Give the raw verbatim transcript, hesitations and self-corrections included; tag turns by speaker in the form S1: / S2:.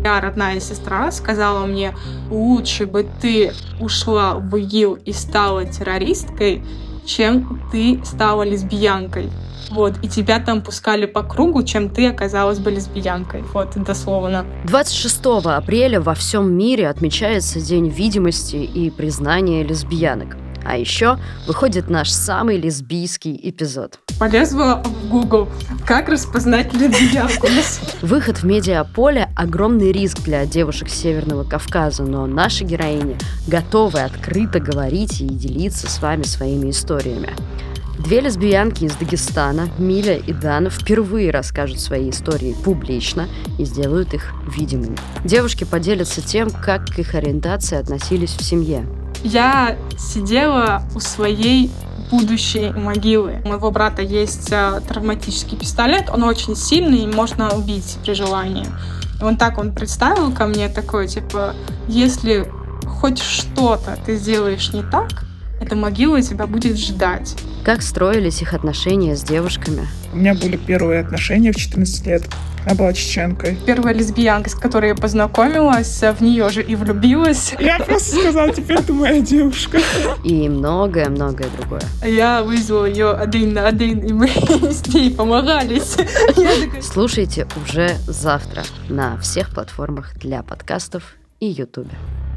S1: Я родная сестра сказала мне: лучше бы ты ушла в ИГИЛ и стала террористкой, чем ты стала лесбиянкой. Вот, и тебя там пускали по кругу, чем ты оказалась бы лесбиянкой. Вот, дословно.
S2: двадцать шестого апреля во всем мире отмечается День видимости и признания лесбиянок. А еще выходит наш самый лесбийский эпизод.
S1: Полезла в Google. Как распознать лесбиянку?
S2: Выход в медиаполе – огромный риск для девушек Северного Кавказа, но наши героини готовы открыто говорить и делиться с вами своими историями. Две лесбиянки из Дагестана, Миля и Дана, впервые расскажут свои истории публично и сделают их видимыми. Девушки поделятся тем, как к их ориентации относились в семье.
S1: Я сидела у своей будущей могилы. У моего брата есть а, травматический пистолет, он очень сильный, и можно убить при желании. И он так он представил ко мне такой, типа, если хоть что-то ты сделаешь не так, эта могила тебя будет ждать.
S2: Как строились их отношения с девушками?
S3: У меня были первые отношения в четырнадцать лет. Она была чеченкой.
S1: Первая лесбиянка, с которой я познакомилась, в нее же и влюбилась.
S3: Я просто сказала: теперь ты моя девушка.
S2: И многое-многое другое.
S1: Я вызвала ее один на один, и мы с ней помогались.
S2: Слушайте уже завтра на всех платформах для подкастов и Ютубе.